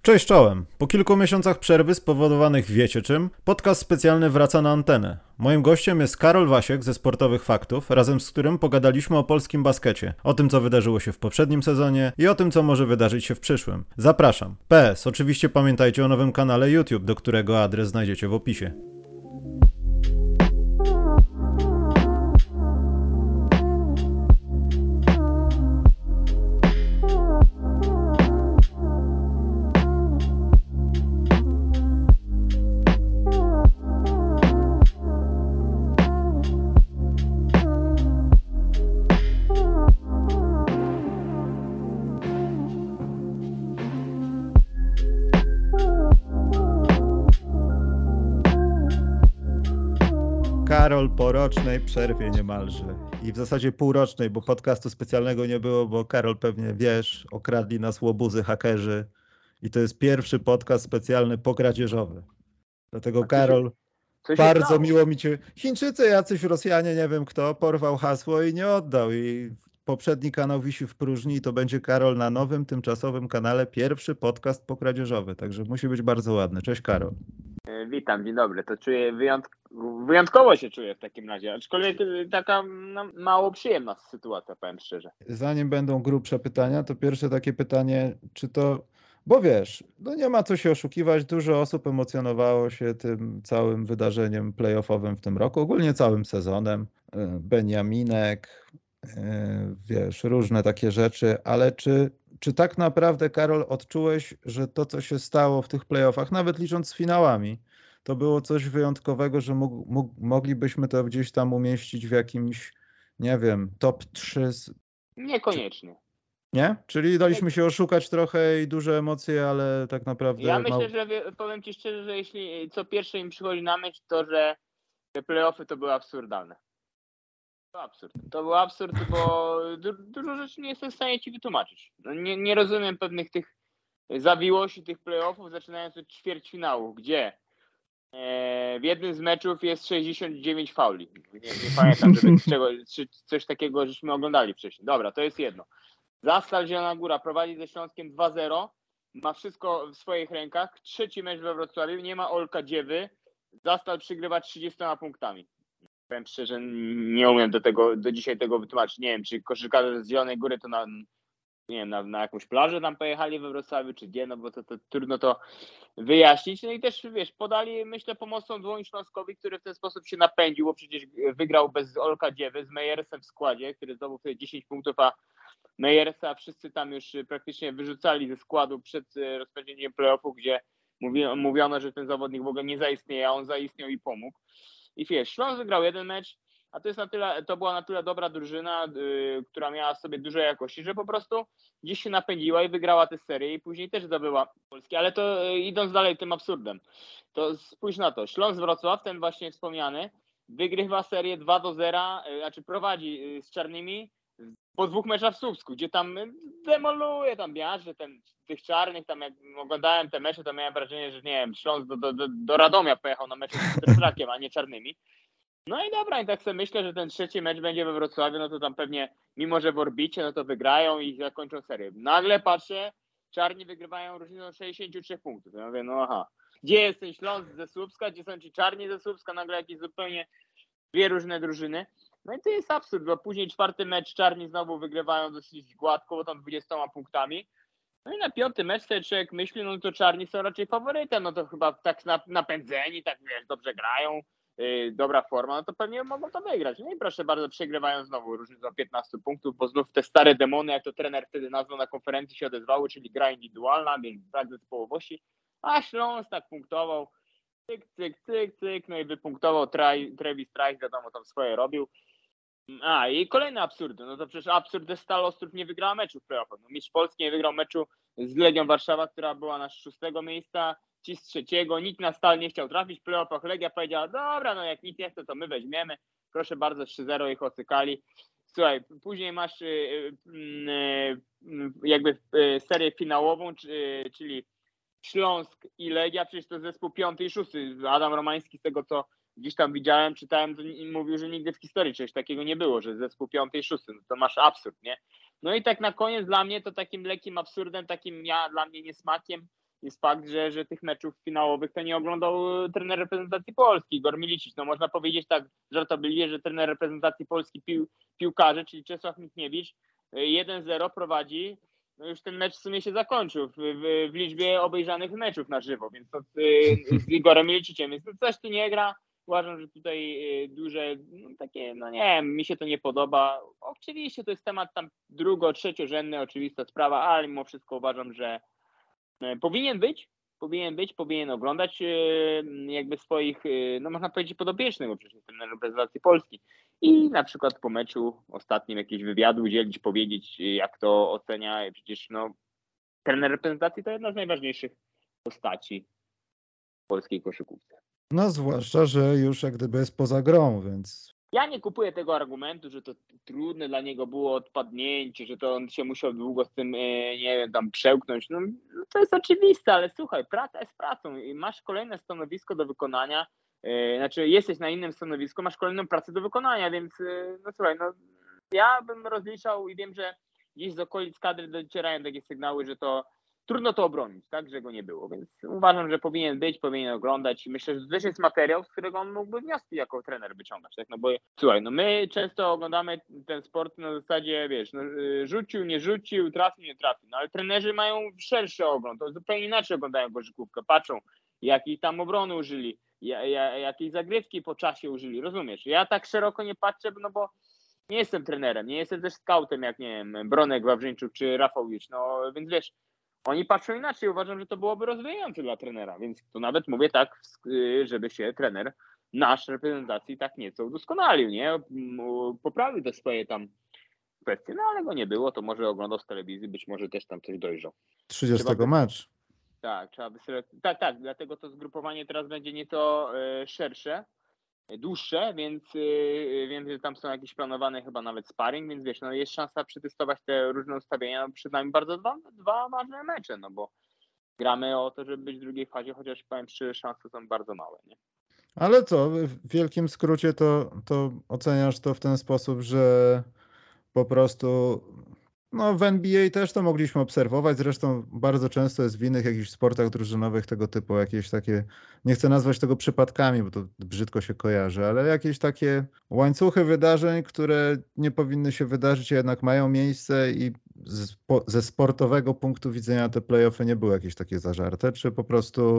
Cześć czołem! Po kilku miesiącach przerwy spowodowanych wiecie czym, podcast specjalny wraca na antenę. Moim gościem jest Karol Wasiek ze Sportowych Faktów, razem z którym pogadaliśmy o polskim baskecie, o tym co wydarzyło się w poprzednim sezonie i o tym co może wydarzyć się w przyszłym. Zapraszam. PS, oczywiście pamiętajcie o nowym kanale YouTube, do którego adres znajdziecie w opisie. Karol po rocznej przerwie niemalże i w zasadzie półrocznej, bo podcastu specjalnego nie było, bo Karol pewnie wiesz, okradli nas łobuzy, hakerzy i to jest pierwszy podcast specjalny pokradzieżowy. Dlatego Karol, bardzo miło mi Cię, Chińczycy jacyś, Rosjanie, nie wiem kto, porwał hasło i nie oddał i poprzedni kanał wisi w próżni i to będzie Karol na nowym, tymczasowym kanale pierwszy podcast pokradzieżowy, także musi być bardzo ładny. Cześć Karol. Witam, dzień dobry. To czuję wyjątkowo się czuję w takim razie, aczkolwiek taka mało przyjemna sytuacja, powiem szczerze. Zanim będą grubsze pytania, to pierwsze takie pytanie, czy to, bo wiesz, no nie ma co się oszukiwać, dużo osób emocjonowało się tym całym wydarzeniem playoffowym w tym roku, ogólnie całym sezonem, Beniaminek, wiesz, różne takie rzeczy, ale czy tak naprawdę, Karol, odczułeś, że to, co się stało w tych playoffach, nawet licząc z finałami, to było coś wyjątkowego, że moglibyśmy to gdzieś tam umieścić w jakimś, nie wiem, top 3? Niekoniecznie. Nie? Czyli daliśmy się oszukać trochę i duże emocje, ale tak naprawdę... Ja myślę, że powiem Ci szczerze, że jeśli co pierwsze im przychodzi na myśl, to że te playoffy to były absurdalne. To był absurd, bo dużo rzeczy nie jestem w stanie Ci wytłumaczyć. No nie rozumiem pewnych tych zawiłości tych playoffów, zaczynając od ćwierćfinału, gdzie w jednym z meczów jest 69 fauli. Nie pamiętam, żeby coś takiego żeśmy oglądali wcześniej. Dobra, to jest jedno. Zastal Zielona Góra prowadzi ze Śląskiem 2-0, ma wszystko w swoich rękach. Trzeci mecz we Wrocławiu, nie ma Olka Dziewy. Zastal przygrywa 30 punktami. Powiem szczerze, nie umiem do dzisiaj tego wytłumaczyć. Nie wiem, czy koszykarze z Zielonej Góry to nie wiem, na jakąś plażę tam pojechali we Wrocławiu, czy gdzie, no bo to trudno to wyjaśnić. No i też, wiesz, podali, myślę, pomocną dłoń Śląskowi, który w ten sposób się napędził, bo przecież wygrał bez Olka Dziewy, z Mejersem w składzie, który zdobył wtedy 10 punktów, a Mejersa wszyscy tam już praktycznie wyrzucali ze składu przed rozpoczęciem playoffów, gdzie mówiono, że ten zawodnik w ogóle nie zaistnieje, a on zaistniał i pomógł. I wiesz, Śląsk wygrał jeden mecz, a to była na tyle dobra drużyna, która miała w sobie dużo jakości, że po prostu gdzieś się napędziła i wygrała tę serię i później też zdobyła Polski. Ale to idąc dalej tym absurdem, to spójrz na to. Śląsk Wrocław, ten właśnie wspomniany, wygrywa serię 2-0, znaczy prowadzi z Czarnymi po 2 meczach w Słupsku, gdzie tam demoluje, tam biarzy tych czarnych, tam jak oglądałem te mecze, to miałem wrażenie, że nie wiem, Śląsk do Radomia pojechał na mecz z Trzakiem, a nie Czarnymi. No i dobra, i tak sobie myślę, że ten trzeci mecz będzie we Wrocławiu, no to tam pewnie, mimo że w orbicie, no to wygrają i zakończą serię. Nagle patrzę, Czarni wygrywają różnicą 63 punktów. Ja mówię, no aha, gdzie jest ten Śląsk ze Słupska, gdzie są ci Czarni ze Słupska, nagle jakieś zupełnie dwie różne drużyny. No i to jest absurd, bo później 4. mecz Czarni znowu wygrywają dosyć gładko, bo tam 20 punktami. No i na 5. mecz sobie człowiek myśli, no to Czarni są raczej faworytem, no to chyba tak napędzeni, tak wiesz, dobrze grają, dobra forma, no to pewnie mogą to wygrać. No i proszę bardzo, przegrywają znowu różnicą 15 punktów, bo znów te stare demony, jak to trener wtedy nazwał na konferencji, się odezwały, czyli gra indywidualna, więc brak zespołowości, a Śląsk tak punktował, cyk, no i wypunktował Travis Trice, wiadomo, tam swoje robił. I kolejny absurd, no to przecież absurd, że Stal Ostrów nie wygrała meczu w playoffach. No, Mistrz Polski nie wygrał meczu z Legią Warszawa, która była na 6. miejsca, ci z 3. Nikt na Stal nie chciał trafić w playoffach. Legia powiedziała, dobra, no jak nikt nie chce, to my weźmiemy. Proszę bardzo, 3-0 ich ocykali. Słuchaj, później masz jakby serię finałową, czyli Śląsk i Legia, przecież to zespół 5. i 6. Adam Romański, z tego co gdzieś tam widziałem, czytałem, to mówił, że nigdy w historii czegoś takiego nie było, że zespół 5. i 6. No to masz absurd, nie? No i tak na koniec dla mnie to takim lekkim absurdem, takim dla mnie niesmakiem jest fakt, że tych meczów finałowych to nie oglądał trener reprezentacji Polski, Igor Milicic. No można powiedzieć tak żartobliwie, że trener reprezentacji Polski piłkarze, czyli Czesław Michniewicz, 1-0 prowadzi. No już ten mecz w sumie się zakończył w liczbie obejrzanych meczów na żywo, więc to z Igorem Miliciciem, więc to coś tu nie gra. Uważam, że tutaj duże, takie, no nie wiem, mi się to nie podoba. Oczywiście to jest temat tam trzeciorzędny, oczywista sprawa, ale mimo wszystko uważam, że powinien oglądać jakby swoich, no można powiedzieć podopiecznych, bo przecież trener reprezentacji Polski i na przykład po meczu ostatnim jakiś wywiadu udzielić, powiedzieć jak to ocenia. Przecież no trener reprezentacji to jedna z najważniejszych postaci w polskiej koszykówce. No zwłaszcza, że już jak gdyby jest poza grą, więc... Ja nie kupuję tego argumentu, że to trudne dla niego było odpadnięcie, że to on się musiał długo z tym, nie wiem, tam przełknąć. No to jest oczywiste, ale słuchaj, praca jest pracą i masz kolejne stanowisko do wykonania, znaczy jesteś na innym stanowisku, masz kolejną pracę do wykonania, więc no słuchaj, no ja bym rozliczał i wiem, że gdzieś z okolic kadry docierają takie sygnały, że to trudno to obronić, tak, że go nie było, więc uważam, że powinien oglądać i myślę, że to też jest materiał, z którego on mógłby wnioski jako trener wyciągać, tak, no bo słuchaj, no my często oglądamy ten sport na zasadzie, wiesz, no, rzucił, nie rzucił, trafił, nie trafił, no ale trenerzy mają szerszy ogląd, to zupełnie inaczej oglądają koszykówkę, patrzą, jakiej tam obrony użyli, jakiej zagrywki po czasie użyli, rozumiesz, ja tak szeroko nie patrzę, no bo nie jestem trenerem, nie jestem też scoutem, jak nie wiem, Bronek Wawrzyńczuk czy Rafał Licz, no więc wiesz, oni patrzą inaczej, uważam, że to byłoby rozwijające dla trenera, więc to nawet mówię tak, żeby się trener nasz reprezentacji tak nieco udoskonalił, nie? Poprawił te swoje tam kwestie, no ale go nie było, to może oglądał z telewizji, być może też tam coś dojrzał. 30 mecz. Tak, tak, dlatego to zgrupowanie teraz będzie nieco szersze, dłuższe, więc wiem, że tam są jakieś planowane chyba nawet sparring, więc wiesz, no jest szansa przetestować te różne ustawienia, no przed nami bardzo dwa ważne mecze, no bo gramy o to, żeby być w drugiej fazie, chociaż powiem szczerze, szanse są bardzo małe, nie? Ale co, w wielkim skrócie to oceniasz to w ten sposób, że po prostu no w NBA też to mogliśmy obserwować, zresztą bardzo często jest w innych jakichś sportach drużynowych tego typu jakieś takie, nie chcę nazwać tego przypadkami, bo to brzydko się kojarzy, ale jakieś takie łańcuchy wydarzeń, które nie powinny się wydarzyć, a jednak mają miejsce i ze sportowego punktu widzenia te play-offy nie były jakieś takie zażarte, czy po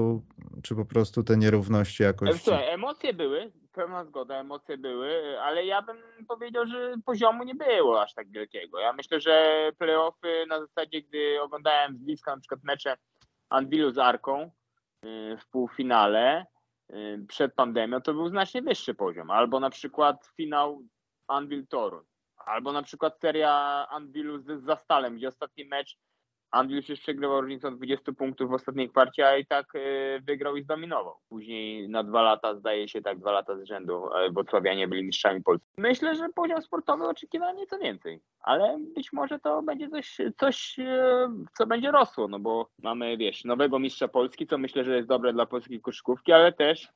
prostu te nierówności jakoś... Słuchaj, emocje były, pełna zgoda, emocje były, ale ja bym powiedział, że poziomu nie było aż tak wielkiego. Ja myślę, że play-offy na zasadzie, gdy oglądałem z bliska na przykład mecze Anwilu z Arką w półfinale przed pandemią, to był znacznie wyższy poziom. Albo na przykład finał Anwil-Toruń, albo na przykład seria Anwilu z Zastalem, gdzie ostatni mecz Anwil przecież przegrywał różnicą 20 punktów w ostatniej kwarcie, a i tak wygrał i zdominował. Później na 2 lata, zdaje się, 2 lata z rzędu Wrocławianie byli mistrzami Polski. Myślę, że poziom sportowy oczekiwał nieco więcej, ale być może to będzie coś, co będzie rosło, no bo mamy, wiesz, nowego mistrza Polski, co myślę, że jest dobre dla polskiej koszykówki, ale też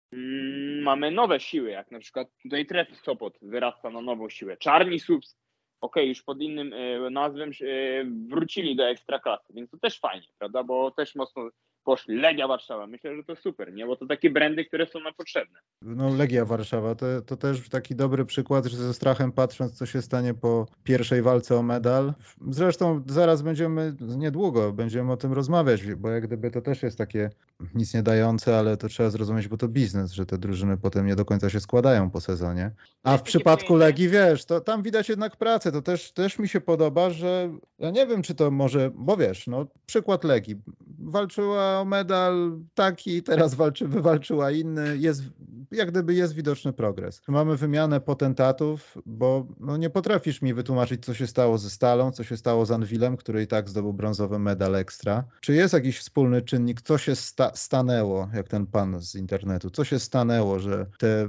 mamy nowe siły, jak na przykład tutaj Tref Sopot wyrasta na nową siłę. Czarni Słupsk, już pod innym nazwem wrócili do Ekstraklasy, więc to też fajnie, prawda, bo też mocno poszli. Legia Warszawa, myślę, że to super, nie, bo to takie brandy, które są nam potrzebne. No Legia Warszawa to też taki dobry przykład, że ze strachem patrząc, co się stanie po pierwszej walce o medal. Zresztą zaraz niedługo będziemy o tym rozmawiać, bo jak gdyby to też jest takie nic nie dające, ale to trzeba zrozumieć, bo to biznes, że te drużyny potem nie do końca się składają po sezonie. A w przypadku Legii, wiesz, to tam widać jednak pracę, to też mi się podoba, że ja nie wiem, czy to może, bo wiesz, no przykład Legii, walczyła o medal taki, teraz wywalczyła inny, jak gdyby jest widoczny progres. Mamy wymianę potentatów, bo no nie potrafisz mi wytłumaczyć, co się stało ze Stalą, co się stało z Anwilem, który i tak zdobył brązowy medal ekstra. Czy jest jakiś wspólny czynnik, co się stanęło, jak ten pan z internetu, co się stanęło, że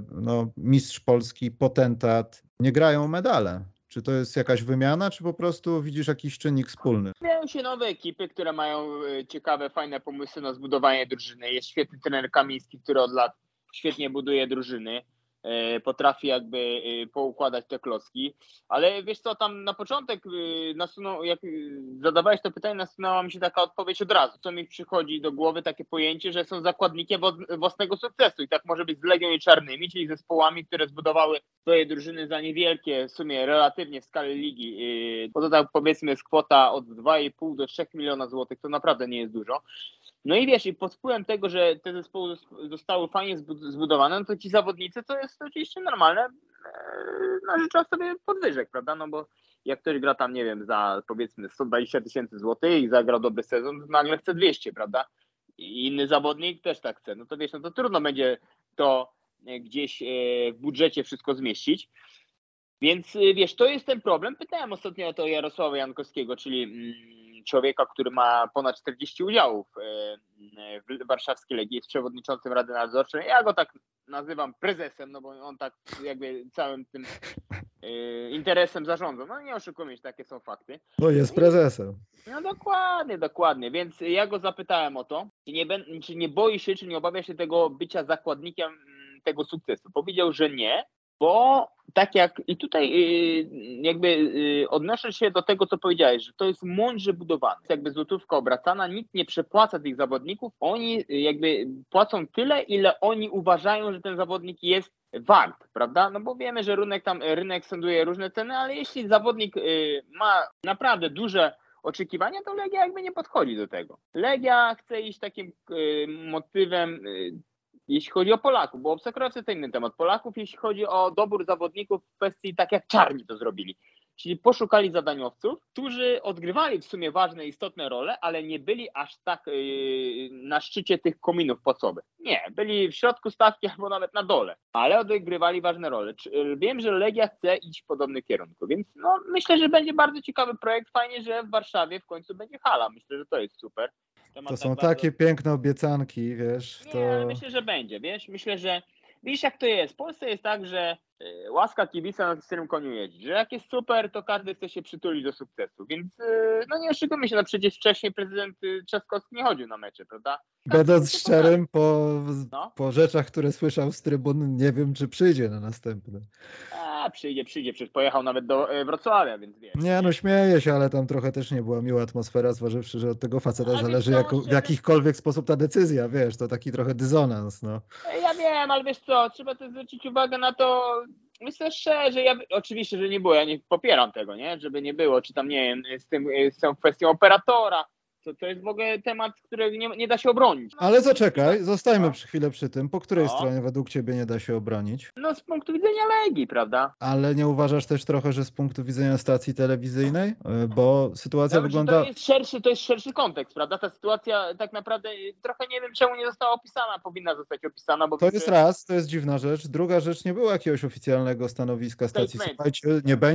mistrz Polski, potentat nie grają o medale? Czy to jest jakaś wymiana, czy po prostu widzisz jakiś czynnik wspólny? Pojawiają się nowe ekipy, które mają ciekawe, fajne pomysły na zbudowanie drużyny. Jest świetny trener Kamiński, który od lat świetnie buduje drużyny. potrafi jakby poukładać te klocki, ale wiesz co, tam na początek nasunął, jak zadawałeś to pytanie, nasunęła mi się taka odpowiedź od razu, co mi przychodzi do głowy, takie pojęcie, że są zakładnikiem własnego sukcesu i tak może być z Legią i Czarnymi, czyli zespołami, które zbudowały swoje drużyny za niewielkie w sumie relatywnie w skali ligi, bo to tak powiedzmy jest kwota od 2,5 do 3 miliona złotych, to naprawdę nie jest dużo. No i wiesz, i pod wpływem tego, że te zespoły zostały fajnie zbudowane, no to ci zawodnicy to jest oczywiście normalne, no życzę sobie podwyżek, prawda, no bo jak ktoś gra tam, nie wiem, za powiedzmy 120 000 złotych i zagrał dobry sezon, to nagle chce 200, prawda, i inny zawodnik też tak chce, no to wiesz, no to trudno będzie to gdzieś w budżecie wszystko zmieścić. Więc wiesz, to jest ten problem. Pytałem ostatnio o to Jarosława Jankowskiego, czyli człowieka, który ma ponad 40 udziałów w warszawskiej Legii, jest przewodniczącym Rady Nadzorczej. Ja go tak nazywam prezesem, no bo on tak jakby całym tym interesem zarządza. No nie oszukujmy się, takie są fakty. No jest prezesem. No dokładnie. Więc ja go zapytałem o to, czy nie boi się, czy nie obawia się tego bycia zakładnikiem tego sukcesu. Powiedział, że nie, bo tak jak i tutaj jakby odnoszę się do tego, co powiedziałeś, że to jest mądrze budowane. Jakby złotówka obracana, nikt nie przepłaca tych zawodników, oni jakby płacą tyle, ile oni uważają, że ten zawodnik jest wart, prawda? No bo wiemy, że rynek sąduje różne ceny, ale jeśli zawodnik ma naprawdę duże oczekiwania, to Legia jakby nie podchodzi do tego. Legia chce iść takim motywem, jeśli chodzi o Polaków, bo obcokrajowcy to inny temat. Polaków, jeśli chodzi o dobór zawodników w kwestii tak jak Czarni to zrobili. Czyli poszukali zadaniowców, którzy odgrywali w sumie ważne, istotne role, ale nie byli aż tak na szczycie tych kominów płacowych. Nie, byli w środku stawki albo nawet na dole, ale odgrywali ważne role. Wiem, że Legia chce iść w podobnym kierunku, więc no, myślę, że będzie bardzo ciekawy projekt. Fajnie, że w Warszawie w końcu będzie hala. Myślę, że to jest super. To są takie piękne obiecanki, wiesz. Nie, ale myślę, że będzie, wiesz. Myślę, że widzisz jak to jest. W Polsce jest tak, że łaska kibica na którym koniu jeździ. Że jak jest super, to każdy chce się przytulić do sukcesu. Więc no nie oszukujmy się, no przecież wcześniej prezydent Trzaskowski nie chodził na mecze, prawda? Będąc szczerym, po rzeczach, które słyszał z trybun, nie wiem, czy przyjdzie na następne. Przyjdzie, przecież pojechał nawet do Wrocławia, więc wiesz. Nie, no śmieję się, ale tam trochę też nie była miła atmosfera, zważywszy, że od tego faceta zależy w jakikolwiek sposób ta decyzja, wiesz, to taki trochę dysonans, no. Ja wiem, ale wiesz co, trzeba też zwrócić uwagę na to, myślę szczerze, oczywiście, że nie było, ja nie popieram tego, nie, żeby nie było, czy tam, nie wiem, z tą kwestią operatora, to jest w ogóle temat, który nie da się obronić. Ale zaczekaj, zostajmy chwilę przy tym. Po której stronie według ciebie nie da się obronić? No z punktu widzenia Legii, prawda? Ale nie uważasz też trochę, że z punktu widzenia stacji telewizyjnej? Bo sytuacja wygląda... To jest szerszy kontekst, prawda? Ta sytuacja tak naprawdę trochę nie wiem, czemu nie została opisana, powinna zostać opisana. Bo to jest raz, to jest dziwna rzecz. Druga rzecz, nie było jakiegoś oficjalnego stanowiska stacji. Słuchajcie,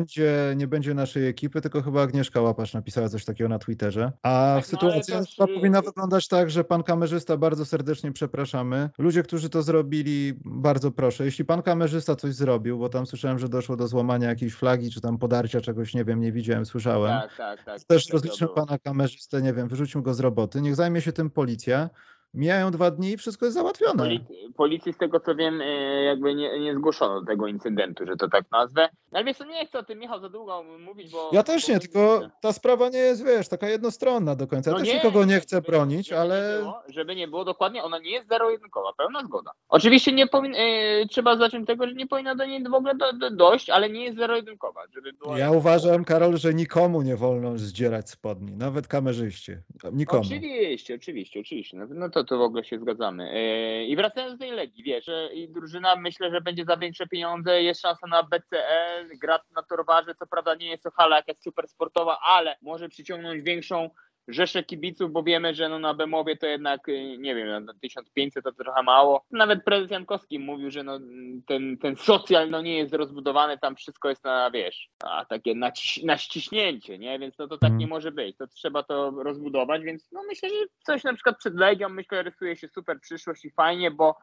nie będzie naszej ekipy, tylko chyba Agnieszka Łapasz napisała coś takiego na Twitterze. A tak, sytuacja powinna wyglądać tak, że pan kamerzysta, bardzo serdecznie przepraszamy. Ludzie, którzy to zrobili, bardzo proszę. Jeśli pan kamerzysta coś zrobił, bo tam słyszałem, że doszło do złamania jakiejś flagi, czy tam podarcia czegoś, nie wiem, nie widziałem, słyszałem. Tak. Też rozliczmy pana kamerzystę, nie wiem, wyrzućmy go z roboty. Niech zajmie się tym policja. Mijają 2 dni i wszystko jest załatwione. Policji z tego co wiem jakby nie zgłoszono do tego incydentu, że to tak nazwę. Ale wiesz co, nie chcę o tym, Michał, za długo mówić, bo... Ja też nie, tylko ta sprawa nie jest, wiesz, taka jednostronna do końca. Ja też nikogo nie chcę bronić, ale... Żeby nie było, dokładnie, ona nie jest zero-jedynkowa, pełna zgoda. Oczywiście trzeba zacząć tego, że nie powinna do niej w ogóle dojść, ale nie jest zero-jedynkowa. Ja uważam, Karol, że nikomu nie wolno zdzierać spodni, nawet kamerzyście. Nikomu. Oczywiście. No to w ogóle się zgadzamy. I wracając do tej Legii, wiesz, i drużyna myślę, że będzie za większe pieniądze, jest szansa na BCL, gra na Torwarze, co prawda nie jest to hala jakaś super sportowa, ale może przyciągnąć większą rzeszę kibiców, bo wiemy, że na Bemowie to jednak, nie wiem, na 1500 to trochę mało. Nawet prezes Jankowski mówił, że ten socjal nie jest rozbudowany, tam wszystko jest takie na ściśnięcie, nie? Więc to tak nie może być. To trzeba to rozbudować, więc myślę, że coś na przykład przed Legią, rysuje się super przyszłość i fajnie, bo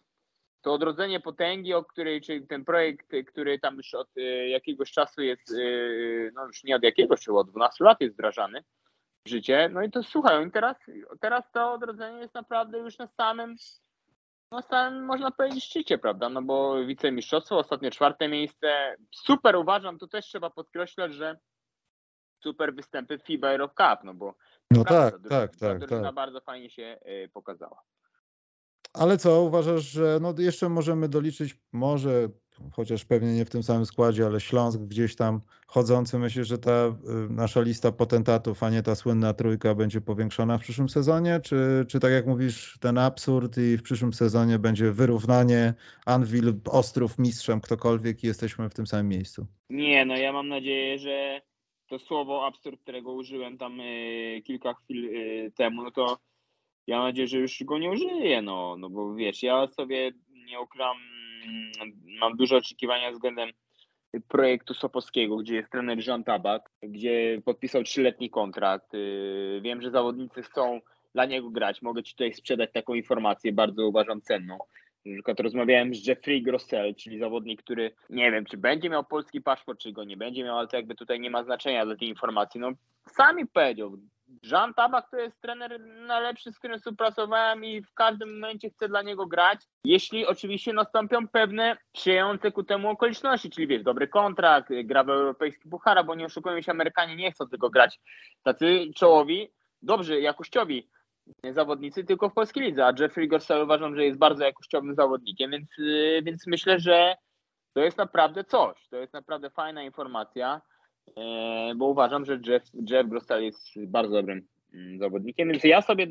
to odrodzenie potęgi, czyli ten projekt, który tam już od jakiegoś czasu jest, już nie od jakiegoś, czyli od 12 lat jest wdrażany w życie. No i to słuchaj, teraz to odrodzenie jest naprawdę już na na samym, można powiedzieć, szczycie, prawda? No bo wicemistrzostwo, ostatnio 4. miejsce. Super uważam, tu też trzeba podkreślać, że super występy w FIBA Europe Cup, no bo No naprawdę tak. drużyna bardzo fajnie się pokazała. Ale co, uważasz, że no jeszcze możemy doliczyć, może, chociaż pewnie nie w tym samym składzie, ale Śląsk gdzieś tam chodzący. Myślisz, że ta nasza lista potentatów, a nie ta słynna trójka będzie powiększona w przyszłym sezonie? Czy tak jak mówisz, ten absurd i w przyszłym sezonie będzie wyrównanie, Anwil, Ostrów, mistrzem, ktokolwiek i jesteśmy w tym samym miejscu? Nie, no ja mam nadzieję, że to słowo absurd, którego użyłem tam kilka chwil temu, no to ja mam nadzieję, że już go nie użyję, no bo wiesz, ja sobie nie ukrywam, mam duże oczekiwania względem projektu Sopockiego, gdzie jest trener Jean Tabak, gdzie podpisał 3-letni kontrakt. Wiem, że zawodnicy chcą dla niego grać. Mogę Ci tutaj sprzedać taką informację, bardzo uważam cenną. Na przykład rozmawiałem z Jeffrey Grossell, czyli zawodnik, który nie wiem, czy będzie miał polski paszport, czy go nie będzie miał, ale to jakby tutaj nie ma znaczenia dla tej informacji. No sami powiedział, Jean Tabak to jest trener najlepszy, z którym współpracowałem i w każdym momencie chcę dla niego grać, jeśli oczywiście nastąpią pewne sprzyjające ku temu okoliczności, czyli wiesz, dobry kontrakt, gra w europejski puchara, bo nie oszukujmy się, Amerykanie nie chcą tylko grać tacy czołowi, dobrzy, jakościowi zawodnicy tylko w polskiej lidze, a Jeffrey Gorsell uważam, że jest bardzo jakościowym zawodnikiem, więc myślę, że to jest naprawdę coś, to jest naprawdę fajna informacja, bo uważam, że Jeff Grossell jest bardzo dobrym zawodnikiem, więc ja sobie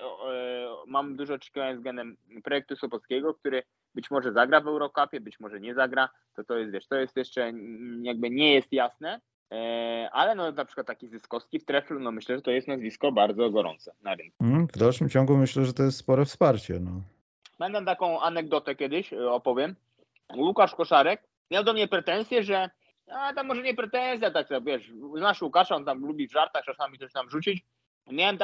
mam duże oczekiwania względem projektu Sopockiego, który być może zagra w Eurocupie, być może nie zagra, to jest, wiesz, to jest jeszcze jakby nie jest jasne, ale no na przykład taki Zyskowski w Treflu, no myślę, że to jest nazwisko bardzo gorące na rynku. W dalszym ciągu myślę, że to jest spore wsparcie. No. Będę taką anegdotę kiedyś opowiem. Łukasz Koszarek miał do mnie pretensje, że tam może nie pretensja, tak wiesz, znasz Łukasza, on tam lubi w żartach czasami coś tam rzucić. Miałem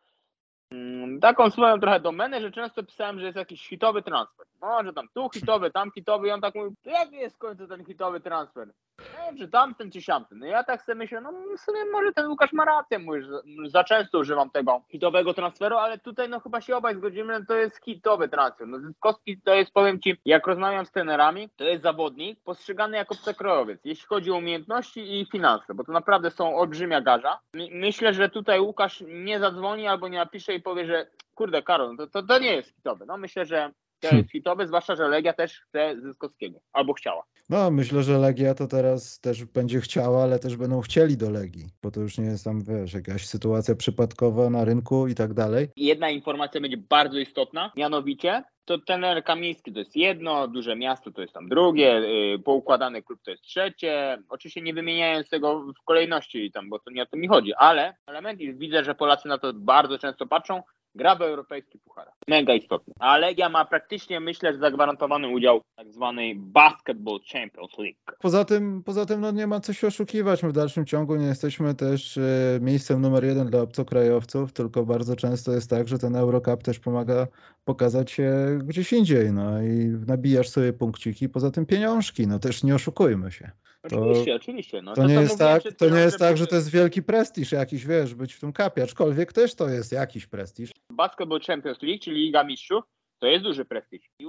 taką swoją trochę domenę, że często pisałem, że jest jakiś hitowy transfer. No, że tam tu hitowy, tam hitowy i on tak mówi, to jaki jest w końcu ten hitowy transfer? Nie wiem, czy tamten, czy siamten. No ja tak sobie myślę, no w sumie może ten Łukasz ma rację, mówisz, za często używam tego hitowego transferu, ale tutaj no chyba się obaj zgodzimy, że to jest hitowy transfer. No Zyskowski to jest, powiem Ci, jak rozmawiam z trenerami, to jest zawodnik postrzegany jako obcokrajowiec, jeśli chodzi o umiejętności i finanse, bo to naprawdę są olbrzymia garza. Myślę, że tutaj Łukasz nie zadzwoni albo nie napisze i powie, że kurde Karol, to nie jest hitowy. No myślę, że to jest hitowy, zwłaszcza, że Legia też chce Zyskowskiego, albo chciała. No, myślę, że Legia to teraz też będzie chciała, ale też będą chcieli do Legii, bo to już nie jest tam, wiesz, jakaś sytuacja przypadkowa na rynku i tak dalej. Jedna informacja będzie bardzo istotna, mianowicie to trener Kamiński to jest jedno, duże miasto to jest tam drugie, poukładany klub to jest trzecie, oczywiście nie wymieniając tego w kolejności tam, bo to nie o to mi chodzi, ale element jest, widzę, że Polacy na to bardzo często patrzą, gra w europejskich pucharach. Mega istotne. A Legia ma praktycznie, myślę, że zagwarantowany udział w tak zwanej Basketball Champions League. Poza tym no nie ma co się oszukiwać. My w dalszym ciągu nie jesteśmy też miejscem numer 1 dla obcokrajowców, tylko bardzo często jest tak, że ten Eurocup też pomaga pokazać się gdzieś indziej. No i nabijasz sobie punkciki, poza tym pieniążki. No też nie oszukujmy się. Oczywiście. No, to nie jest tak, że to jest wielki prestiż jakiś, wiesz, być w tym kapie, aczkolwiek też to jest jakiś prestiż. Basketball Champions League, czyli Liga Mistrzów, to jest duży prestiż. I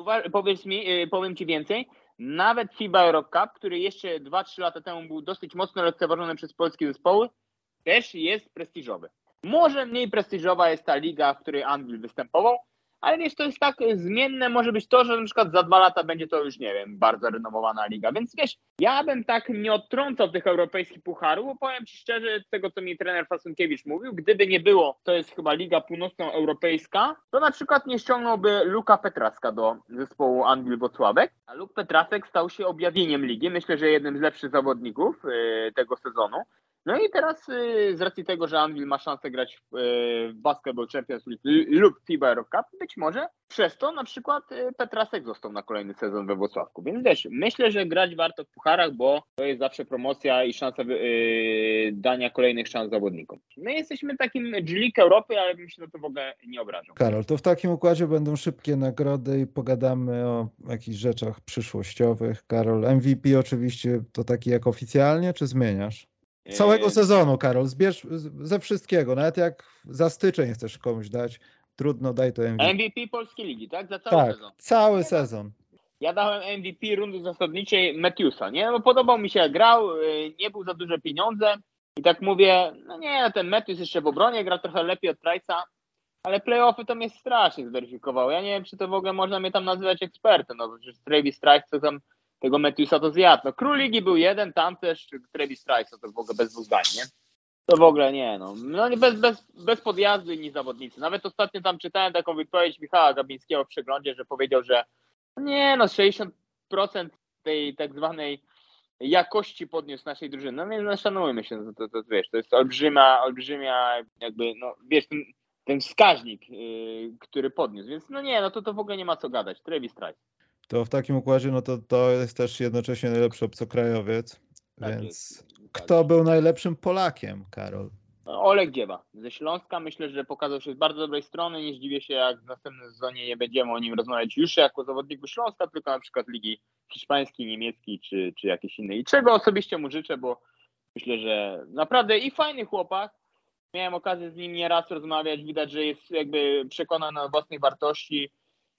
powiem Ci więcej, nawet FIBA Europe Cup, który jeszcze 2-3 lata temu był dosyć mocno lekceważony przez polskie zespoły, też jest prestiżowy. Może mniej prestiżowa jest ta liga, w której Anwil występował, ale wiesz, to jest tak zmienne, może być to, że na przykład za 2 lata będzie to już, nie wiem, bardzo renomowana liga, więc wiesz, ja bym tak nie odtrącał tych europejskich pucharów, bo powiem Ci szczerze, z tego co mi trener Fasunkiewicz mówił, gdyby nie było, to jest chyba Liga Północnoeuropejska, to na przykład nie ściągnąłby Luka Petraska do zespołu Anwil Włocławek, a Luk Petrasek stał się objawieniem ligi, myślę, że jednym z lepszych zawodników tego sezonu. No i teraz z racji tego, że Anwil ma szansę grać w Basketball Champions League lub FIBA Europe Cup, być może przez to na przykład Petrasek został na kolejny sezon we Włocławku. Więc wiesz, myślę, że grać warto w pucharach, bo to jest zawsze promocja i szansa dania kolejnych szans zawodnikom. My jesteśmy takim G-League Europy, ale bym się na to w ogóle nie obrażał. Karol, to w takim układzie będą szybkie nagrody i pogadamy o jakichś rzeczach przyszłościowych. Karol, MVP oczywiście to taki jak oficjalnie, czy zmieniasz? Całego sezonu, Karol, zbierz ze wszystkiego, nawet jak za styczeń chcesz komuś dać, trudno, daj to MVP. MVP Polskiej Ligi, tak? Za cały sezon. Cały sezon. Ja dałem MVP rundy zasadniczej Matthewsa, nie? Bo podobał mi się jak grał, nie był za duże pieniądze i tak mówię, no nie, ten Matthews jeszcze w obronie gra trochę lepiej od Trice'a, ale playoffy to mnie strasznie zweryfikowało. Ja nie wiem, czy to w ogóle można mnie tam nazywać ekspertem, no przecież Travis Trice co tam tego Matthewsa to zjadł. No król ligi był jeden, tam też Travis Trice to w ogóle bez dwóch zdań, nie? To w ogóle nie, no bez podjazdu inni zawodnicy. Nawet ostatnio tam czytałem taką wypowiedź Michała Gabińskiego w przeglądzie, że powiedział, że nie no, 60% tej tak zwanej jakości podniósł naszej drużyny. No więc no, szanujmy się, to wiesz, to jest olbrzymia jakby, no wiesz, ten wskaźnik, który podniósł. Więc no nie, no to w ogóle nie ma co gadać. Travis Trice. To w takim układzie, no to jest też jednocześnie najlepszy obcokrajowiec. Tak więc jest. kto był najlepszym Polakiem, Karol? Olek Dziewa ze Śląska. Myślę, że pokazał się z bardzo dobrej strony. Nie zdziwię się, jak w następnym sezonie nie będziemy o nim rozmawiać już jako zawodniku Śląska, tylko na przykład Ligi Hiszpańskiej, Niemieckiej czy jakiejś innej. I czego osobiście mu życzę, bo myślę, że naprawdę i fajny chłopak. Miałem okazję z nim nieraz rozmawiać. Widać, że jest jakby przekonany o własnej wartości.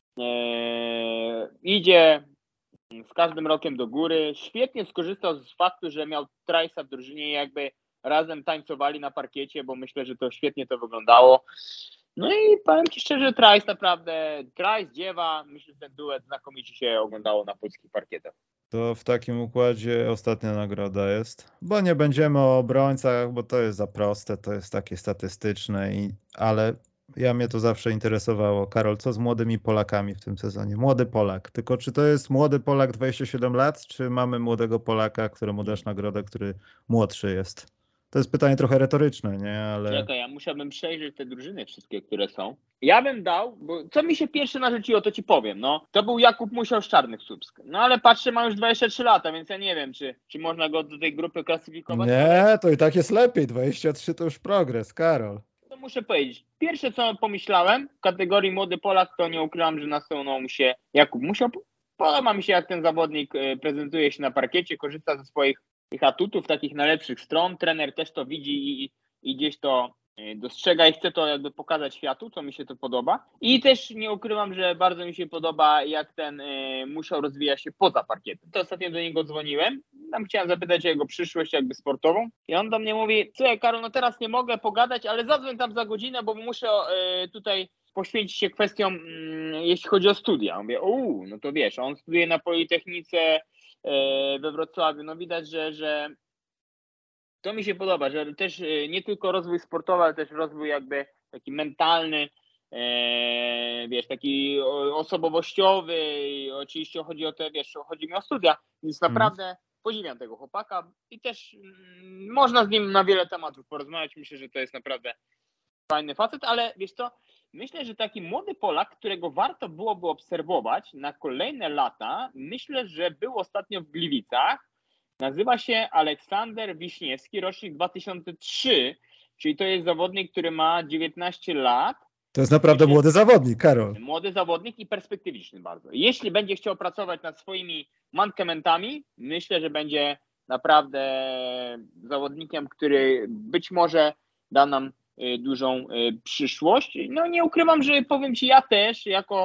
Idzie z każdym rokiem do góry. Świetnie skorzystał z faktu, że miał Trice'a w drużynie i jakby razem tańcowali na parkiecie, bo myślę, że to świetnie to wyglądało. No i powiem Ci szczerze, Trice, Dziewa, myślę, że ten duet znakomicie się oglądało na polskich parkietach. To w takim układzie ostatnia nagroda jest, bo nie będziemy o obrońcach, bo to jest za proste, to jest takie statystyczne, ale mnie to zawsze interesowało. Karol, co z młodymi Polakami w tym sezonie? Młody Polak, tylko czy to jest młody Polak 27 lat, czy mamy młodego Polaka, któremu dasz nagrodę, który młodszy jest? To jest pytanie trochę retoryczne, nie? Ale... Czekaj, ja musiałbym przejrzeć te drużyny wszystkie, które są. Ja bym dał, bo co mi się pierwsze narzuciło, to Ci powiem, no. To był Jakub Musiał z Czarnych Słupsk. No ale patrzę, ma już 23 lata, więc ja nie wiem, czy można go do tej grupy klasyfikować. Nie, to i tak jest lepiej. 23 to już progres, Karol. To muszę powiedzieć. Pierwsze, co pomyślałem w kategorii młody Polak, to nie ukrywam, że nasunął mi się Jakub Musiał. Podoba mi się, jak ten zawodnik prezentuje się na parkiecie, korzysta ze swoich atutów, takich najlepszych stron. Trener też to widzi i gdzieś to dostrzega i chce to jakby pokazać światu, co mi się to podoba. I też nie ukrywam, że bardzo mi się podoba, jak ten Musiał rozwija się poza parkietem. To ostatnio do niego dzwoniłem, tam chciałem zapytać o jego przyszłość jakby sportową i on do mnie mówi, słuchaj Karol, no teraz nie mogę pogadać, ale zadzwoń tam za godzinę, bo muszę tutaj poświęcić się kwestiom, jeśli chodzi o studia. Mówię, no to wiesz, on studiuje na Politechnice we Wrocławiu, no widać, że to mi się podoba, że też nie tylko rozwój sportowy, ale też rozwój jakby taki mentalny, wiesz, taki osobowościowy i oczywiście chodzi o te, wiesz, chodzi mi o studia, więc naprawdę podziwiam tego chłopaka i też można z nim na wiele tematów porozmawiać, myślę, że to jest naprawdę fajny facet, ale wiesz co, myślę, że taki młody Polak, którego warto byłoby obserwować na kolejne lata, myślę, że był ostatnio w Gliwicach. Nazywa się Aleksander Wiśniewski, rocznik 2003, czyli to jest zawodnik, który ma 19 lat. To jest naprawdę młody zawodnik, Karol. Młody zawodnik i perspektywiczny bardzo. Jeśli będzie chciał pracować nad swoimi mankamentami, myślę, że będzie naprawdę zawodnikiem, który być może da nam dużą przyszłość. No nie ukrywam, że powiem Ci, ja też jako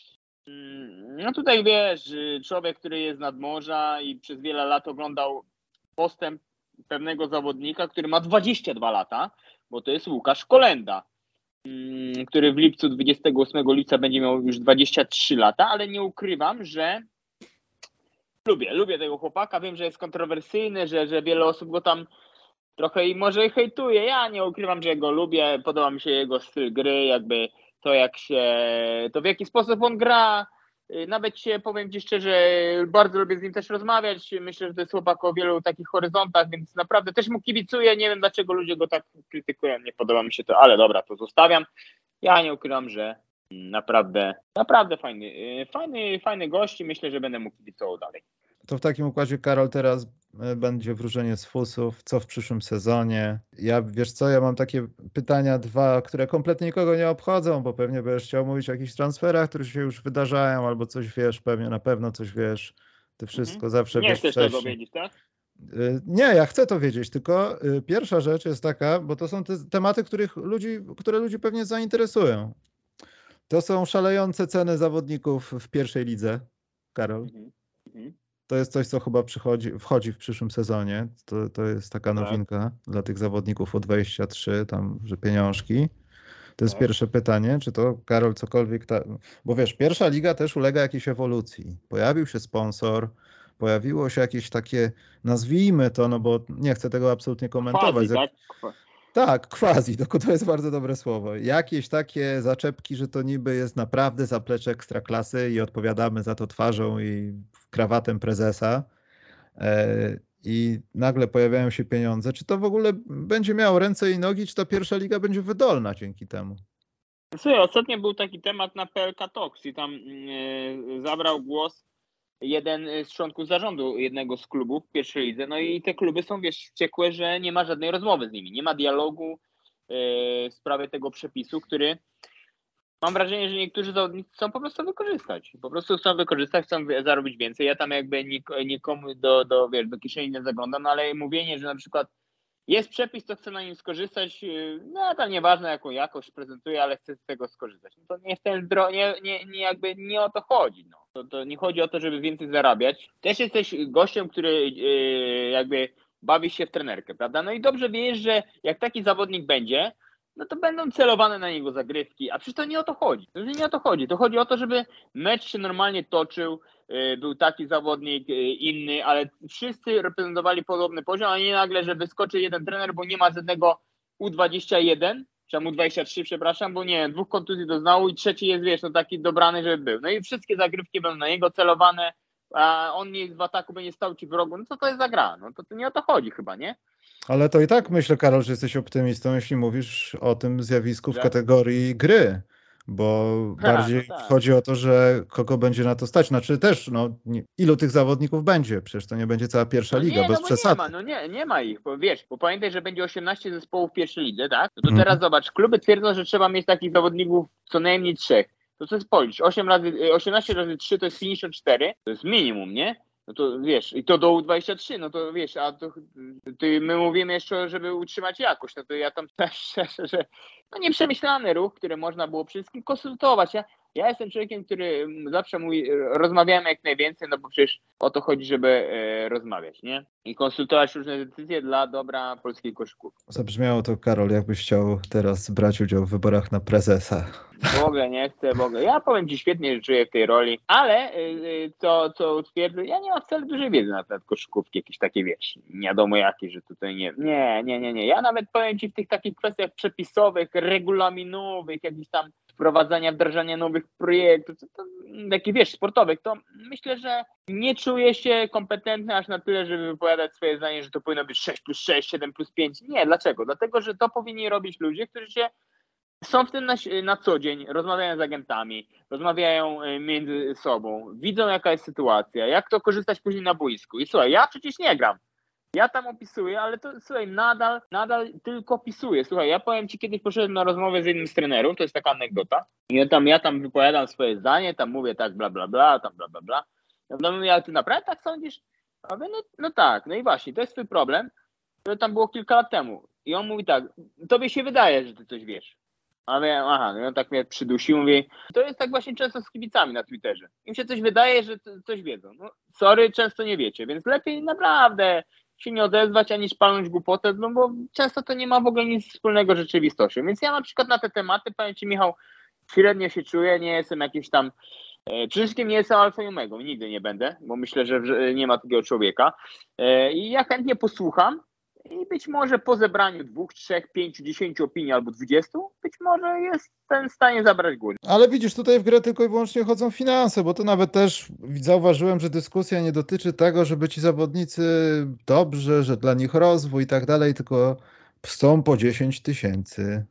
no tutaj wiesz, człowiek, który jest nad morza i przez wiele lat oglądał postęp pewnego zawodnika, który ma 22 lata, bo to jest Łukasz Kolenda, który w lipcu, 28 lipca będzie miał już 23 lata, ale nie ukrywam, że lubię tego chłopaka, wiem, że jest kontrowersyjny, że wiele osób go tam trochę i może hejtuje, ja nie ukrywam, że go lubię, podoba mi się jego styl gry, jakby to w jaki sposób on gra, nawet się, powiem Ci szczerze, bardzo lubię z nim też rozmawiać, myślę, że to jest chłopak o wielu takich horyzontach, więc naprawdę też mu kibicuję, nie wiem dlaczego ludzie go tak krytykują, nie podoba mi się to, ale dobra, to zostawiam, ja nie ukrywam, że naprawdę fajny gość i myślę, że będę mu kibicował dalej. To w takim układzie, Karol, teraz będzie wróżenie z fusów, co w przyszłym sezonie. Wiesz co, ja mam takie pytania dwa, które kompletnie nikogo nie obchodzą, bo pewnie będziesz chciał mówić o jakichś transferach, które się już wydarzają, albo coś wiesz, na pewno coś wiesz. Ty wszystko zawsze nie wiesz chcesz wcześniej. tego wiedzieć, tak? Nie, ja chcę to wiedzieć, tylko pierwsza rzecz jest taka, bo to są te tematy, które ludzi pewnie zainteresują. To są szalejące ceny zawodników w pierwszej lidze, Karol. To jest coś, co chyba wchodzi w przyszłym sezonie. To jest taka nowinka dla tych zawodników o 23, tam, że pieniążki. To jest pierwsze pytanie, czy to, Karol, cokolwiek... Bo wiesz, pierwsza liga też ulega jakiejś ewolucji. Pojawił się sponsor, pojawiło się jakieś takie, nazwijmy to, no bo nie chcę tego absolutnie komentować. Quasi, tak? Tak, quasi, to jest bardzo dobre słowo. Jakieś takie zaczepki, że to niby jest naprawdę zaplecze ekstraklasy i odpowiadamy za to twarzą i krawatem prezesa. I nagle pojawiają się pieniądze. Czy to w ogóle będzie miało ręce i nogi, czy ta pierwsza liga będzie wydolna dzięki temu? Słuchaj, ostatnio był taki temat na PLK Talks i tam zabrał głos jeden z członków zarządu jednego z klubów w pierwszej lidze. No i te kluby są, wiesz, wściekłe, że nie ma żadnej rozmowy z nimi. Nie ma dialogu w sprawie tego przepisu, który mam wrażenie, że niektórzy zawodnicy chcą po prostu wykorzystać. Po prostu chcą wykorzystać, chcą zarobić więcej. Ja tam jakby nikomu do kieszeni nie zaglądam, no ale mówienie, że na przykład jest przepis, to chcę na nim skorzystać, no tam nieważne jaką jakość prezentuję, ale chcę z tego skorzystać. No to nie o to chodzi. No. To nie chodzi o to, żeby więcej zarabiać. Też jesteś gościem, który jakby bawi się w trenerkę, prawda? No i dobrze wiesz, że jak taki zawodnik będzie, no to będą celowane na niego zagrywki, a przecież to nie o to chodzi. To nie o to chodzi. To chodzi o to, żeby mecz się normalnie toczył, był taki zawodnik, inny, ale wszyscy reprezentowali podobny poziom, a nie nagle, że wyskoczy jeden trener, bo nie ma żadnego U21, czy U23, przepraszam, bo nie wiem, 2 kontuzji doznał i trzeci jest, wiesz, no taki dobrany, żeby był. No i wszystkie zagrywki będą na niego celowane, a on w ataku będzie stał ci w rogu. No co to jest za gra? No to nie o to chodzi chyba, nie? Ale to i tak myślę, Karol, że jesteś optymistą, jeśli mówisz o tym zjawisku w kategorii gry, bo bardziej chodzi o to, że kogo będzie na to stać. Znaczy też, ilu tych zawodników będzie? Przecież to nie będzie cała pierwsza liga, bez przesady. Nie ma ich, bo pamiętaj, że będzie 18 zespołów w pierwszej lidze, tak? No to teraz zobacz, kluby twierdzą, że trzeba mieć takich zawodników co najmniej 3. To co jest policz? 18 razy 3 to jest 54, to jest minimum, nie? No to wiesz, i to do U23, no to wiesz, a to my mówimy jeszcze, żeby utrzymać jakość, no to ja tam szczerze, że nieprzemyślany ruch, który można było wszystkim konsultować. Ja jestem człowiekiem, który zawsze mówi, rozmawiamy jak najwięcej, no bo przecież o to chodzi, żeby rozmawiać, nie? I konsultować różne decyzje dla dobra polskiej koszykówki. Zabrzmiało to, Karol, jakbyś chciał teraz brać udział w wyborach na prezesa. W ogóle nie chcę, Ja powiem ci, świetnie, że czuję w tej roli, ale co utwierdzę, ja nie mam wcale dużej wiedzy na temat koszykówki, jakieś takie, wiesz, nie wiadomo jakie, że tutaj nie. Ja nawet powiem ci w tych takich kwestiach przepisowych, regulaminowych, jakichś tam wprowadzania, wdrażania nowych projektów, takich, wiesz, sportowych, to myślę, że nie czuję się kompetentny aż na tyle, żeby wypowiadać swoje zdanie, że to powinno być 6+6, 7+5. Nie, dlaczego? Dlatego, że to powinni robić ludzie, którzy są w tym na co dzień, rozmawiają z agentami, rozmawiają między sobą, widzą jaka jest sytuacja, jak to korzystać później na boisku. I słuchaj, ja przecież nie gram. Ja tam opisuję, ale to słuchaj, nadal tylko opisuję. Słuchaj, ja powiem ci, kiedyś poszedłem na rozmowę z jednym z trenerów, to jest taka anegdota. I ja tam wypowiadam swoje zdanie, tam mówię tak bla bla bla, tam bla bla bla. No mówię, ale ty naprawdę tak sądzisz? A mówię, no tak, no i właśnie, to jest twój problem. To tam było kilka lat temu. I on mówi tak, tobie się wydaje, że ty coś wiesz. A mówię, aha, no on tak mnie przydusił, mówi, to jest tak właśnie często z kibicami na Twitterze. Im się coś wydaje, że coś wiedzą. No sorry, często nie wiecie, więc lepiej naprawdę się nie odezwać, ani palnąć głupotę, no bo często to nie ma w ogóle nic wspólnego z rzeczywistością. Więc ja na przykład na te tematy, powiem ci, Michał, średnio się czuję, nie jestem jakimś tam, przede wszystkim nie jestem alfą i omegą, nigdy nie będę, bo myślę, że nie ma takiego człowieka. I ja chętnie posłucham i być może po zebraniu 2, 3, 5, 10 opinii albo 20, być może jestem w stanie zabrać głos. Ale widzisz, tutaj w grę tylko i wyłącznie chodzą finanse, bo to nawet też zauważyłem, że dyskusja nie dotyczy tego, żeby ci zawodnicy dobrze, że dla nich rozwój i tak dalej, tylko są po 10 000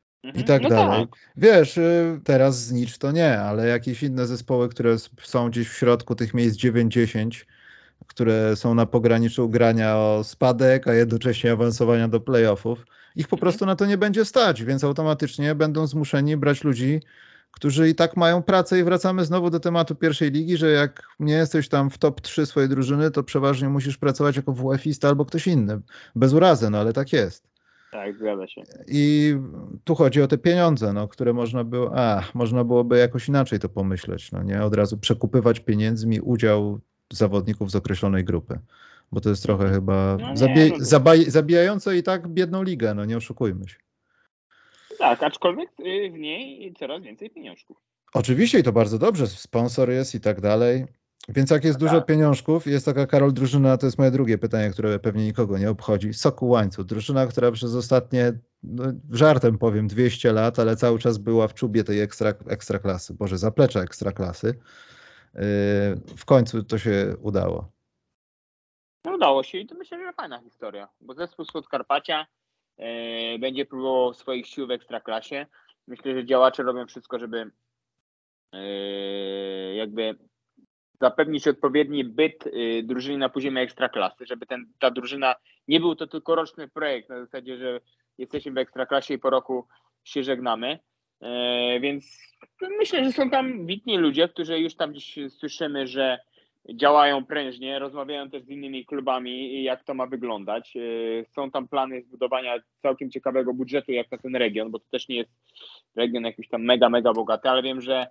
i tak dalej. Tak. Wiesz, teraz Znicz to nie, ale jakieś inne zespoły, które są gdzieś w środku tych miejsc 9-10, które są na pograniczu grania o spadek, a jednocześnie awansowania do playoffów, ich po prostu na to nie będzie stać, więc automatycznie będą zmuszeni brać ludzi, którzy i tak mają pracę i wracamy znowu do tematu pierwszej ligi, że jak nie jesteś tam w top 3 swojej drużyny, to przeważnie musisz pracować jako WF-ista albo ktoś inny. Bez urazy, no ale tak jest. Tak, zgadza się. I tu chodzi o te pieniądze, które można byłoby jakoś inaczej to pomyśleć, nie od razu przekupywać pieniędzmi udział zawodników z określonej grupy, bo to jest trochę chyba zabijające i tak biedną ligę, nie oszukujmy się. Tak, aczkolwiek w niej coraz więcej pieniążków. Oczywiście i to bardzo dobrze, sponsor jest i tak dalej. Więc jak jest dużo pieniążków, jest taka, Karol, drużyna, to jest moje drugie pytanie, które pewnie nikogo nie obchodzi. Sokół Łańcut, drużyna, która przez ostatnie, żartem powiem, 200 lat, ale cały czas była w czubie tej ekstraklasy, zaplecza ekstraklasy. W końcu to się udało. No udało się i to myślę, że fajna historia, bo zespół z Podkarpacia będzie próbował swoich sił w ekstraklasie. Myślę, że działacze robią wszystko, żeby jakby zapewnić odpowiedni byt drużyny na poziomie ekstraklasy, żeby ta drużyna nie był to tylko roczny projekt na zasadzie, że jesteśmy w ekstraklasie i po roku się żegnamy. Więc myślę, że są tam witni ludzie, którzy już tam gdzieś słyszymy, że działają prężnie, rozmawiają też z innymi klubami, jak to ma wyglądać. Są tam plany zbudowania całkiem ciekawego budżetu jak na ten region, bo to też nie jest region jakiś tam mega bogaty, ale wiem, że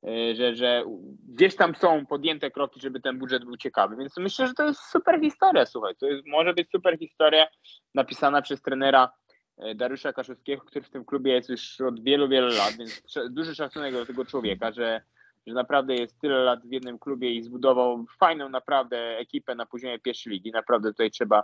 gdzieś tam są podjęte kroki, żeby ten budżet był ciekawy, więc myślę, że to jest super historia, słuchaj, może być super historia napisana przez trenera Dariusza Kaszewskiego, który w tym klubie jest już od wielu lat, więc duży szacunek do tego człowieka, że naprawdę jest tyle lat w jednym klubie i zbudował fajną naprawdę ekipę na poziomie pierwszej ligi, naprawdę tutaj trzeba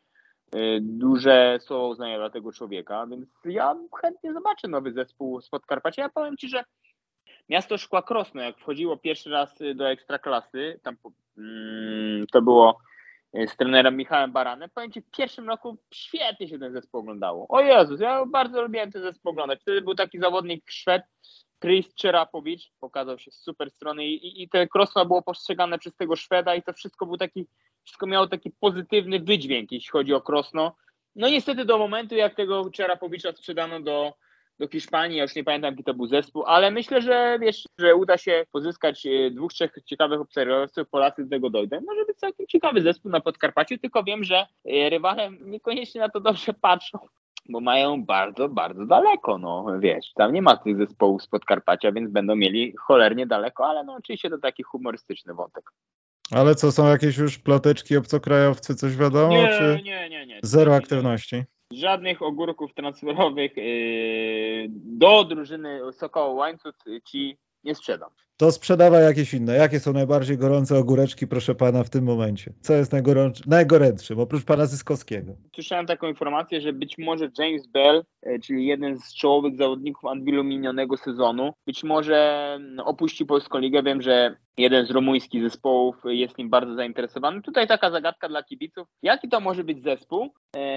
duże słowo uznania dla tego człowieka, więc ja chętnie zobaczę nowy zespół z Podkarpacia. Ja powiem Ci, że miasto Szkła Krosno, jak wchodziło pierwszy raz do ekstraklasy, tam to było z trenerem Michałem Baranem, powiem Ci, w pierwszym roku świetnie się ten zespół oglądało. O Jezus, ja bardzo lubiłem ten zespół oglądać. Wtedy był taki zawodnik Szwed, Chris Czerapowicz, pokazał się z super strony i te Krosno było postrzegane przez tego Szweda i to wszystko miało taki pozytywny wydźwięk, jeśli chodzi o Krosno. No niestety do momentu, jak tego Czerapowicza sprzedano do Hiszpanii, ja już nie pamiętam, jaki to był zespół, ale myślę, że uda się pozyskać 2-3 ciekawych obserwatorów, Polacy do tego dojdą. Może być całkiem ciekawy zespół na Podkarpaciu, tylko wiem, że rywale niekoniecznie na to dobrze patrzą, bo mają bardzo daleko, wiesz, tam nie ma tych zespołów z Podkarpacia, więc będą mieli cholernie daleko, ale oczywiście to taki humorystyczny wątek. Ale co, są jakieś już ploteczki, obcokrajowcy, coś wiadomo? Nie. Zero aktywności? Żadnych ogórków transferowych do drużyny Sokoła Łańcut Ci nie sprzedam. To sprzedawaj jakieś inne. Jakie są najbardziej gorące ogóreczki, proszę pana, w tym momencie? Co jest najgorętszym, oprócz pana Zyskowskiego? Słyszałem taką informację, że być może James Bell, czyli jeden z czołowych zawodników Anwilu minionego sezonu, być może opuści Polską Ligę. Wiem, że jeden z rumuńskich zespołów jest nim bardzo zainteresowany. Tutaj taka zagadka dla kibiców. Jaki to może być zespół?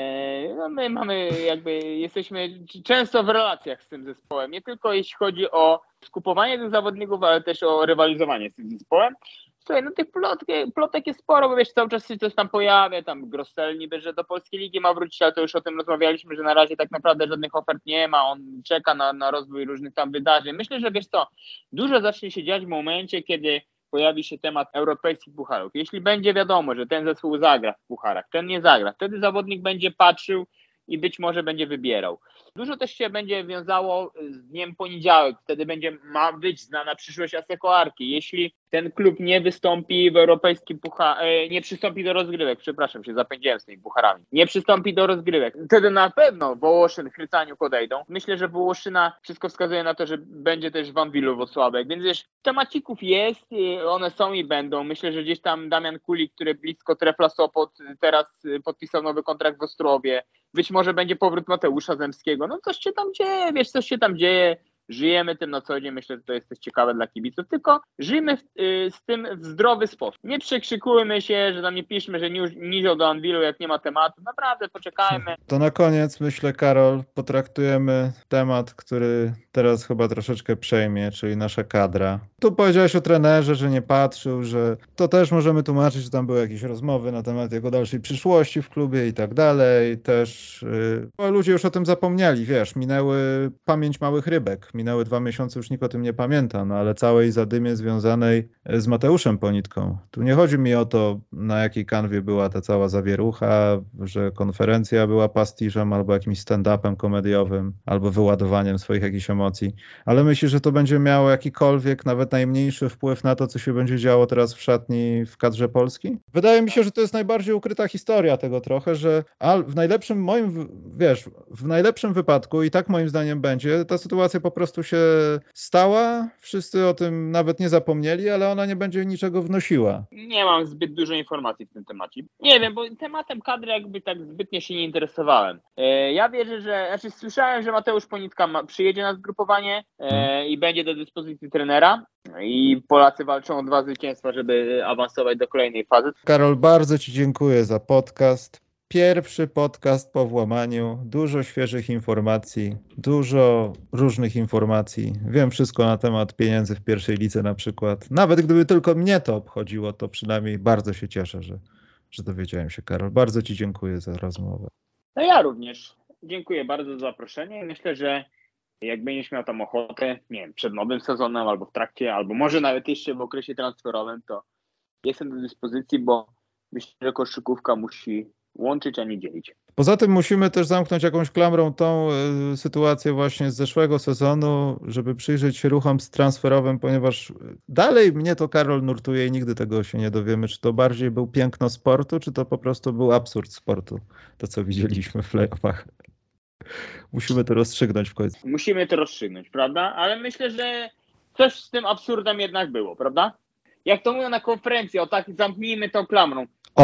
My jesteśmy często w relacjach z tym zespołem. Nie tylko jeśli chodzi o skupowanie tych zawodników, ale też o rywalizowanie z tym zespołem. Słuchaj, tych plotek jest sporo, bo wiesz, cały czas się coś tam pojawia, tam Grossel niby, że do Polskiej Ligi ma wrócić, ale to już o tym rozmawialiśmy, że na razie tak naprawdę żadnych ofert nie ma, on czeka na rozwój różnych tam wydarzeń. Myślę, że wiesz co, dużo zacznie się dziać w momencie, kiedy pojawi się temat europejskich pucharów. Jeśli będzie wiadomo, że ten zespół zagra w pucharach, ten nie zagra, wtedy zawodnik będzie patrzył i być może będzie wybierał. Dużo też się będzie wiązało z dniem poniedziałek, wtedy ma być znana przyszłość Asseco Arki. Jeśli ten klub nie wystąpi w europejskim nie przystąpi do rozgrywek, przepraszam się, zapędziłem z tymi pucharami, nie przystąpi do rozgrywek, wtedy na pewno Wołoszyn, Chrycaniuk odejdą. Myślę, że Wołoszyna, wszystko wskazuje na to, że będzie też w Anwilu Włocławek, więc wiesz, temacików jest, one są i będą. Myślę, że gdzieś tam Damian Kulik, który blisko Trefla Sopot, teraz podpisał nowy kontrakt w Ostrowie. Być może będzie powrót Mateusza Zemskiego. Coś się tam dzieje, wiesz, coś się tam dzieje. Żyjemy tym na co dzień, myślę, że to jest też ciekawe dla kibiców, tylko żyjmy z tym w zdrowy sposób. Nie przekrzykujmy się, że tam nie piszmy, że nizioł do Anwilu, jak nie ma tematu. Naprawdę poczekajmy. To na koniec, myślę, Karol, potraktujemy temat, który teraz chyba troszeczkę przejmie, czyli nasza kadra. Tu powiedziałeś o trenerze, że nie patrzył, że to też możemy tłumaczyć, że tam były jakieś rozmowy na temat jego dalszej przyszłości w klubie i tak dalej. Też ludzie już o tym zapomnieli, wiesz, minęły pamięć małych rybek. minęły 2 miesiące, już nikt o tym nie pamięta, no ale całej zadymie związanej z Mateuszem Ponitką. Tu nie chodzi mi o to, na jakiej kanwie była ta cała zawierucha, że konferencja była pastiżem albo jakimś stand-upem komediowym, albo wyładowaniem swoich jakichś emocji, ale myślę, że to będzie miało jakikolwiek, nawet najmniejszy wpływ na to, co się będzie działo teraz w szatni w kadrze Polski? Wydaje mi się, że to jest najbardziej ukryta historia tego trochę, że w najlepszym w najlepszym wypadku i tak moim zdaniem będzie, ta sytuacja po prostu się stała, wszyscy o tym nawet nie zapomnieli, ale ona nie będzie niczego wnosiła. Nie mam zbyt dużo informacji w tym temacie. Nie wiem, bo tematem kadry jakby tak zbytnio się nie interesowałem. Ja wierzę, słyszałem, że Mateusz Ponitka przyjedzie na zgrupowanie i będzie do dyspozycji trenera i Polacy walczą o 2 zwycięstwa, żeby awansować do kolejnej fazy. Karol, bardzo Ci dziękuję za podcast. Pierwszy podcast po włamaniu, dużo świeżych informacji, dużo różnych informacji. Wiem wszystko na temat pieniędzy w pierwszej lidze na przykład. Nawet gdyby tylko mnie to obchodziło, to przynajmniej bardzo się cieszę, że dowiedziałem się, Karol. Bardzo Ci dziękuję za rozmowę. No ja również. Dziękuję bardzo za zaproszenie. Myślę, że jak będziesz miał tam ochotę, nie wiem, przed nowym sezonem albo w trakcie, albo może nawet jeszcze w okresie transferowym, to jestem do dyspozycji, bo myślę, że koszykówka musi łączyć, a nie dzielić. Poza tym musimy też zamknąć jakąś klamrą tą sytuację właśnie z zeszłego sezonu, żeby przyjrzeć się ruchom transferowym, ponieważ dalej mnie to, Karol, nurtuje i nigdy tego się nie dowiemy, czy to bardziej był piękno sportu, czy to po prostu był absurd sportu, to co widzieliśmy w playoffach. Musimy to rozstrzygnąć w końcu. Musimy to rozstrzygnąć, prawda? Ale myślę, że coś z tym absurdem jednak było, prawda? Jak to mówią na konferencji, o tak zamknijmy tą klamrą.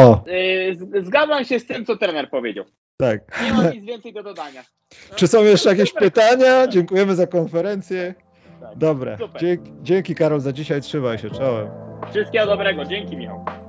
Zgadzam się z tym, co trener powiedział. Tak. Nie ma nic więcej do dodania. No, czy są jeszcze jakieś pytania? Dziękujemy za konferencję. Tak, dobra. Dzięki, Karol, za dzisiaj. Trzymaj się. Czołem. Wszystkiego dobrego. Dzięki, Michał.